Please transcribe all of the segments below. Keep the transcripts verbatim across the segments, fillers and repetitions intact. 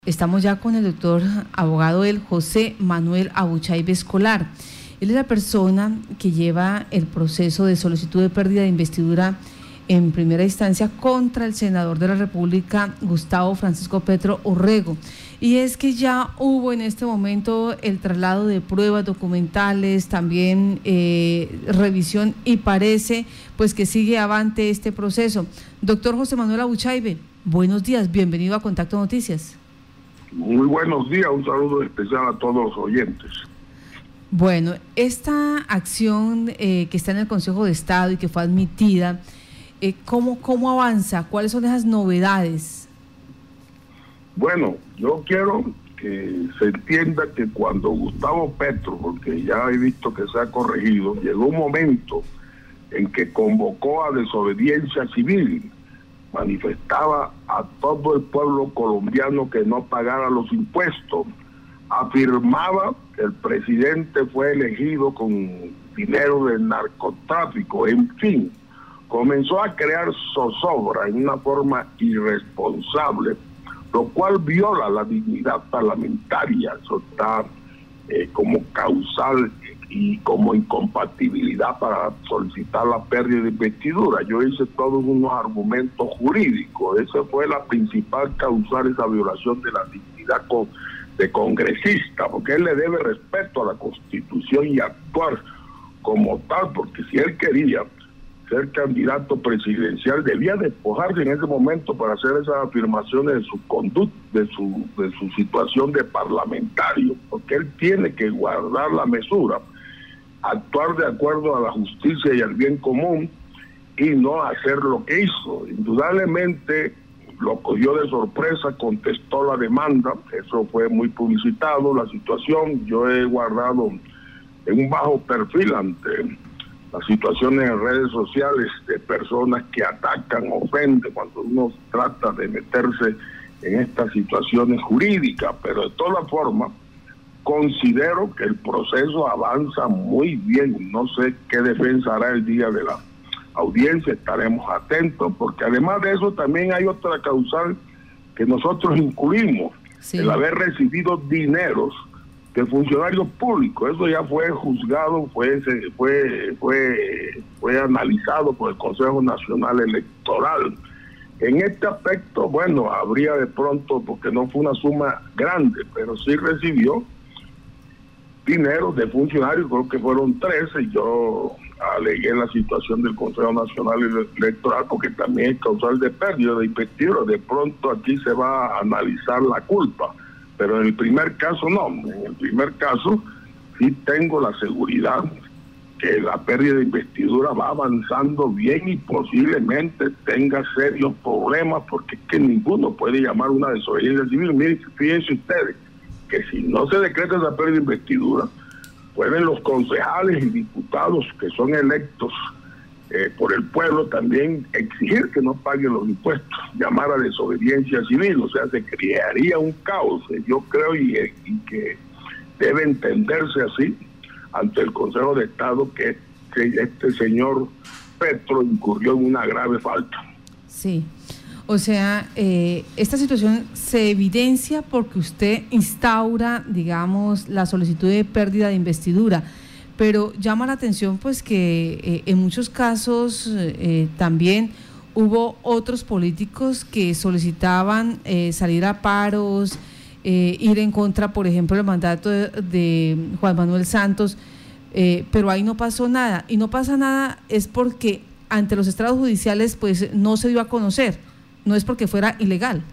Estamos ya con el doctor abogado el José Manuel Abuchaibe Escolar. Él es la persona que lleva el proceso de solicitud de pérdida de investidura en primera instancia contra el senador de la República, Gustavo Francisco Petro Orrego. Y es que ya hubo en este momento el traslado de pruebas documentales, también eh, revisión, y parece pues que sigue avante este proceso. Doctor José Manuel Abuchaibe, buenos días, bienvenido a Contacto Noticias. Muy buenos días, un saludo especial a todos los oyentes. Bueno, esta acción eh, que está en el Consejo de Estado y que fue admitida, eh, ¿cómo, cómo avanza? ¿Cuáles son esas novedades? Bueno, yo quiero que se entienda que cuando Gustavo Petro, porque ya he visto que se ha corregido, llegó un momento en que convocó a desobediencia civil, manifestaba a todo el pueblo colombiano que no pagara los impuestos, afirmaba que el presidente fue elegido con dinero del narcotráfico, en fin, comenzó a crear zozobra en una forma irresponsable, lo cual viola la dignidad parlamentaria. Eso está eh, como causal y como incompatibilidad para solicitar la pérdida de investidura. Yo hice todos unos argumentos jurídicos. Esa fue la principal causal, esa violación de la dignidad con, de congresista, porque él le debe respeto a la Constitución y actuar como tal, porque si él quería ser candidato presidencial, debía despojarse en ese momento para hacer esas afirmaciones de su conducta, de su, de su situación de parlamentario, porque él tiene que guardar la mesura, actuar de acuerdo a la justicia y al bien común y no hacer lo que hizo. Indudablemente lo cogió de sorpresa, contestó la demanda, eso fue muy publicitado, la situación. Yo he guardado en un bajo perfil ante las situaciones en redes sociales de personas que atacan, ofenden cuando uno trata de meterse en estas situaciones jurídicas, pero de todas formas considero que el proceso avanza muy bien. No sé qué defensa hará el día de la audiencia, estaremos atentos, porque además de eso también hay otra causal que nosotros incluimos, sí, el haber recibido dineros de funcionarios públicos. Eso ya fue juzgado, fue, fue, fue, fue analizado por el Consejo Nacional Electoral. En este aspecto, bueno, habría de pronto, porque no fue una suma grande, pero sí recibió dinero de funcionarios, creo que fueron trece, y yo alegué la situación del Consejo Nacional Electoral porque también es causal de pérdida de investidura. De pronto aquí se va a analizar la culpa, pero en el primer caso no. En el primer caso sí tengo la seguridad que la pérdida de investidura va avanzando bien y posiblemente tenga serios problemas, porque es que ninguno puede llamar una desobediencia civil. Miren, fíjense ustedes que si no se decreta esa pérdida de investidura, pueden los concejales y diputados que son electos eh, por el pueblo también exigir que no paguen los impuestos, llamar a desobediencia civil. O sea, se crearía un caos. Yo creo y, y que debe entenderse así ante el Consejo de Estado que, que este señor Petro incurrió en una grave falta. Sí. O sea, eh, esta situación se evidencia porque usted instaura, digamos, la solicitud de pérdida de investidura, pero llama la atención pues que eh, en muchos casos eh, también hubo otros políticos que solicitaban eh, salir a paros, eh, ir en contra, por ejemplo, del mandato de, de Juan Manuel Santos, eh, pero ahí no pasó nada. Y no pasa nada es porque ante los estrados judiciales pues no se dio a conocer. No es porque fuera ilegal.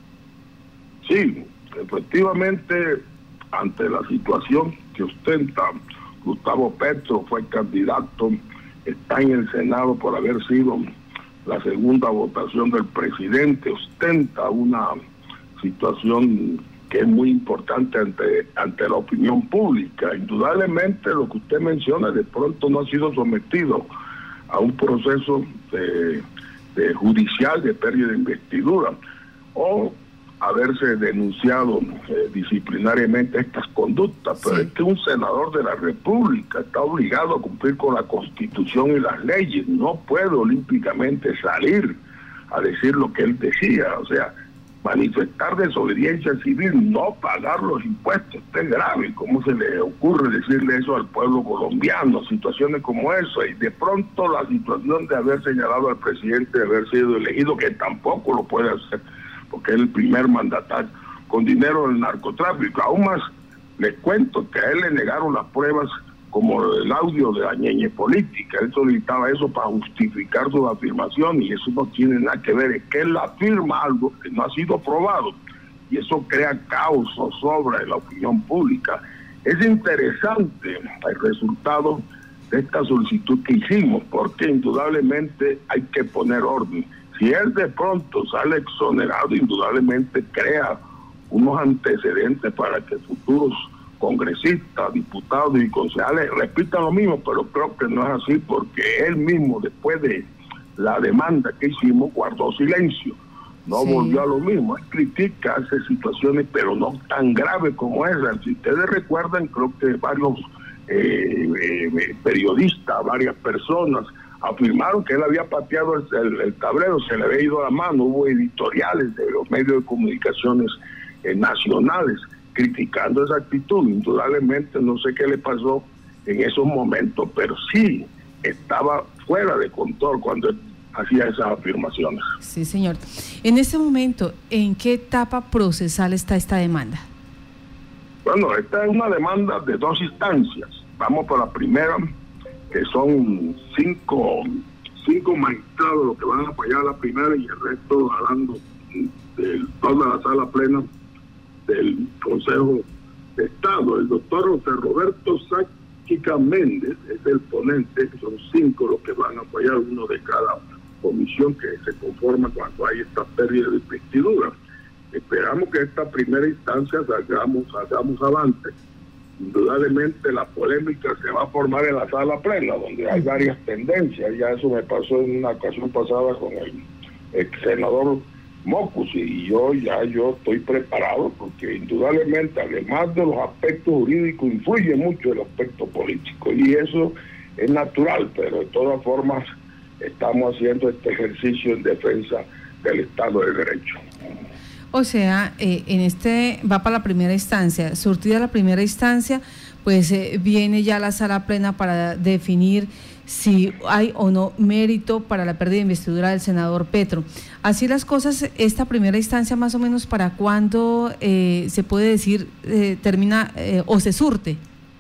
Sí, efectivamente, ante la situación que ostenta Gustavo Petro, fue candidato, está en el Senado por haber sido la segunda votación del presidente, ostenta una situación que es muy importante ante, ante la opinión pública. Indudablemente lo que usted menciona de pronto no ha sido sometido a un proceso de De judicial de pérdida de investidura o haberse denunciado eh, disciplinariamente estas conductas, pero sí, es que un senador de la República está obligado a cumplir con la Constitución y las leyes, no puede olímpicamente salir a decir lo que él decía. O sea, manifestar desobediencia civil, no pagar los impuestos. Esto es grave. ¿Cómo se le ocurre decirle eso al pueblo colombiano? Situaciones como eso, y de pronto la situación de haber señalado al presidente de haber sido elegido, que tampoco lo puede hacer, porque es el primer mandatario, con dinero del narcotráfico. Aún más, les cuento que a él le negaron las pruebas, como el audio de la ñeñe política. Él solicitaba eso para justificar su afirmación, y eso no tiene nada que ver. Es que él afirma algo que no ha sido probado, y eso crea caos o sobra en la opinión pública. Es interesante el resultado de esta solicitud que hicimos, porque indudablemente hay que poner orden. Si él de pronto sale exonerado, indudablemente crea unos antecedentes para que futuros congresistas, diputados y concejales repitan lo mismo, pero creo que no es así, porque él mismo, después de la demanda que hicimos, guardó silencio, no sí. volvió a lo mismo. Él critica, hace situaciones, pero no tan graves como esas. Si ustedes recuerdan, creo que varios eh, eh, periodistas, varias personas afirmaron que él había pateado el, el, el tablero, se le había ido la mano. Hubo editoriales de los medios de comunicaciones eh, nacionales criticando esa actitud. Indudablemente no sé qué le pasó en esos momentos, pero sí estaba fuera de control cuando hacía esas afirmaciones. Sí, señor. En este momento, ¿en qué etapa procesal está esta demanda? Bueno, esta es una demanda de dos instancias. Vamos por la primera, que son cinco, cinco magistrados los que van a apoyar la primera, y el resto hablando de toda la sala plena del Consejo de Estado. El doctor José Roberto Sáquica Méndez es el ponente, son cinco los que van a apoyar, uno de cada comisión que se conforma cuando hay esta pérdida de investidura. Esperamos que esta primera instancia salgamos, salgamos avante. Indudablemente la polémica se va a formar en la sala plena, donde hay varias tendencias. Ya eso me pasó en una ocasión pasada con el ex senador Mocus, y yo ya yo estoy preparado, porque indudablemente, además de los aspectos jurídicos, influye mucho el aspecto político, y eso es natural, pero de todas formas estamos haciendo este ejercicio en defensa del Estado de Derecho. O sea, eh, en este va para la primera instancia. Surtida la primera instancia, pues eh, viene ya la sala plena para definir si hay o no mérito para la pérdida de investidura del senador Petro. Así las cosas, esta primera instancia, más o menos, ¿para cuándo eh, se puede decir eh, termina eh, o se surte?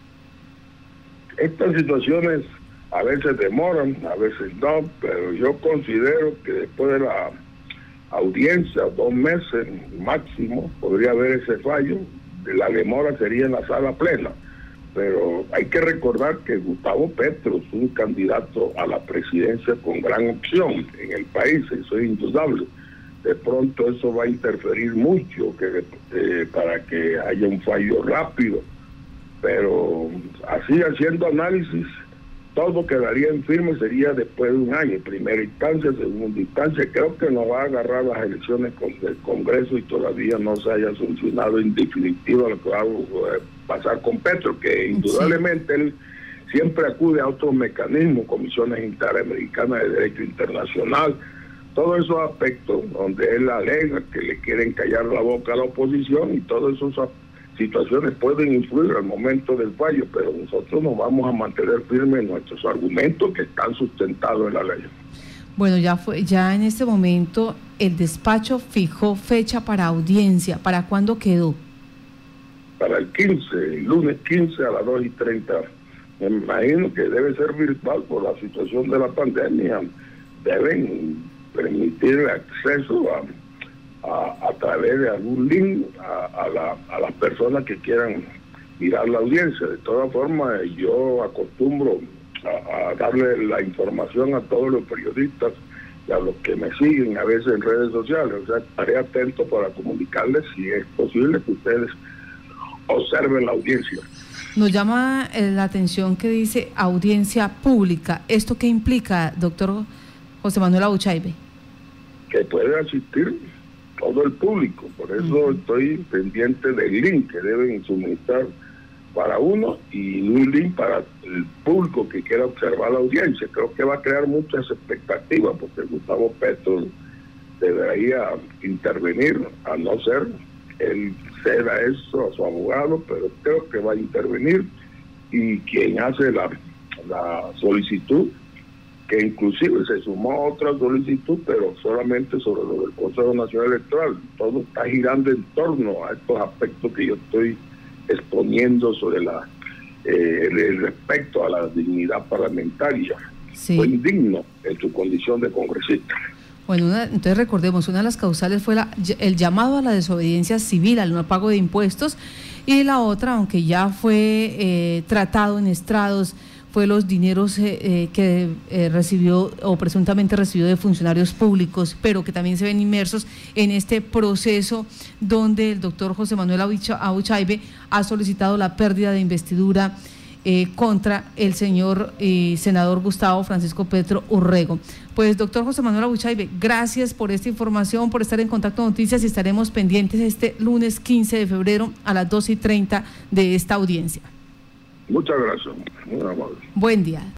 Estas situaciones a veces demoran, a veces no, pero yo considero que después de la audiencia, dos meses máximo, podría haber ese fallo. La demora sería en la sala plena. Pero hay que recordar que Gustavo Petro es un candidato a la presidencia con gran opción en el país, eso es indudable. De pronto eso va a interferir mucho que, eh, para que haya un fallo rápido, pero así, haciendo análisis, todo quedaría en firme, sería después de un año, primera instancia, segunda instancia. Creo que nos va a agarrar las elecciones con el Congreso y todavía no se haya solucionado en definitiva lo que va a pasar con Petro, que indudablemente sí. Él siempre acude a otros mecanismos, comisiones interamericanas de derecho internacional, todos esos aspectos donde él alega que le quieren callar la boca a la oposición, y todas esas situaciones pueden influir al momento del fallo, pero nosotros nos vamos a mantener firmes en nuestros argumentos que están sustentados en la ley. Bueno, ya fue, ya en este momento el despacho fijó fecha para audiencia. ¿Para cuándo quedó? Para el quince, el lunes quince a las dos y treinta. Me imagino que debe ser virtual por la situación de la pandemia. Deben permitir el acceso a, a, a través de algún link a, a, la, a las personas que quieran mirar la audiencia. De todas formas, yo acostumbro a, a darle la información a todos los periodistas y a los que me siguen a veces en redes sociales. O sea, estaré atento para comunicarles si es posible que ustedes observen la audiencia. Nos llama la atención que dice audiencia pública. ¿Esto qué implica, doctor José Manuel Abuchaibe? Que puede asistir todo el público, por eso uh-huh. estoy pendiente del link que deben suministrar para uno y un link para el público que quiera observar la audiencia. Creo que va a crear muchas expectativas, porque Gustavo Petro debería intervenir, a no ser él ceda eso a su abogado, pero creo que va a intervenir, y quien hace la, la solicitud, que inclusive se sumó a otra solicitud, pero solamente sobre lo del Consejo Nacional Electoral. Todo está girando en torno a estos aspectos que yo estoy exponiendo sobre la eh, el, el respecto a la dignidad parlamentaria. Sí. Fue indigno en su condición de congresista. Bueno, una, entonces recordemos, una de las causales fue la, el llamado a la desobediencia civil, al no pago de impuestos, y la otra, aunque ya fue eh, tratado en estrados, fue los dineros eh, eh, que eh, recibió o presuntamente recibió de funcionarios públicos, pero que también se ven inmersos en este proceso donde el doctor José Manuel Abuchaibe ha solicitado la pérdida de investidura eh, contra el señor eh, senador Gustavo Francisco Petro Urrego. Pues doctor José Manuel Abuchaibe, gracias por esta información, por estar en Contacto Noticias, y estaremos pendientes este lunes quince de febrero a las doce y treinta de esta audiencia. Muchas gracias, muy amable. Buen día.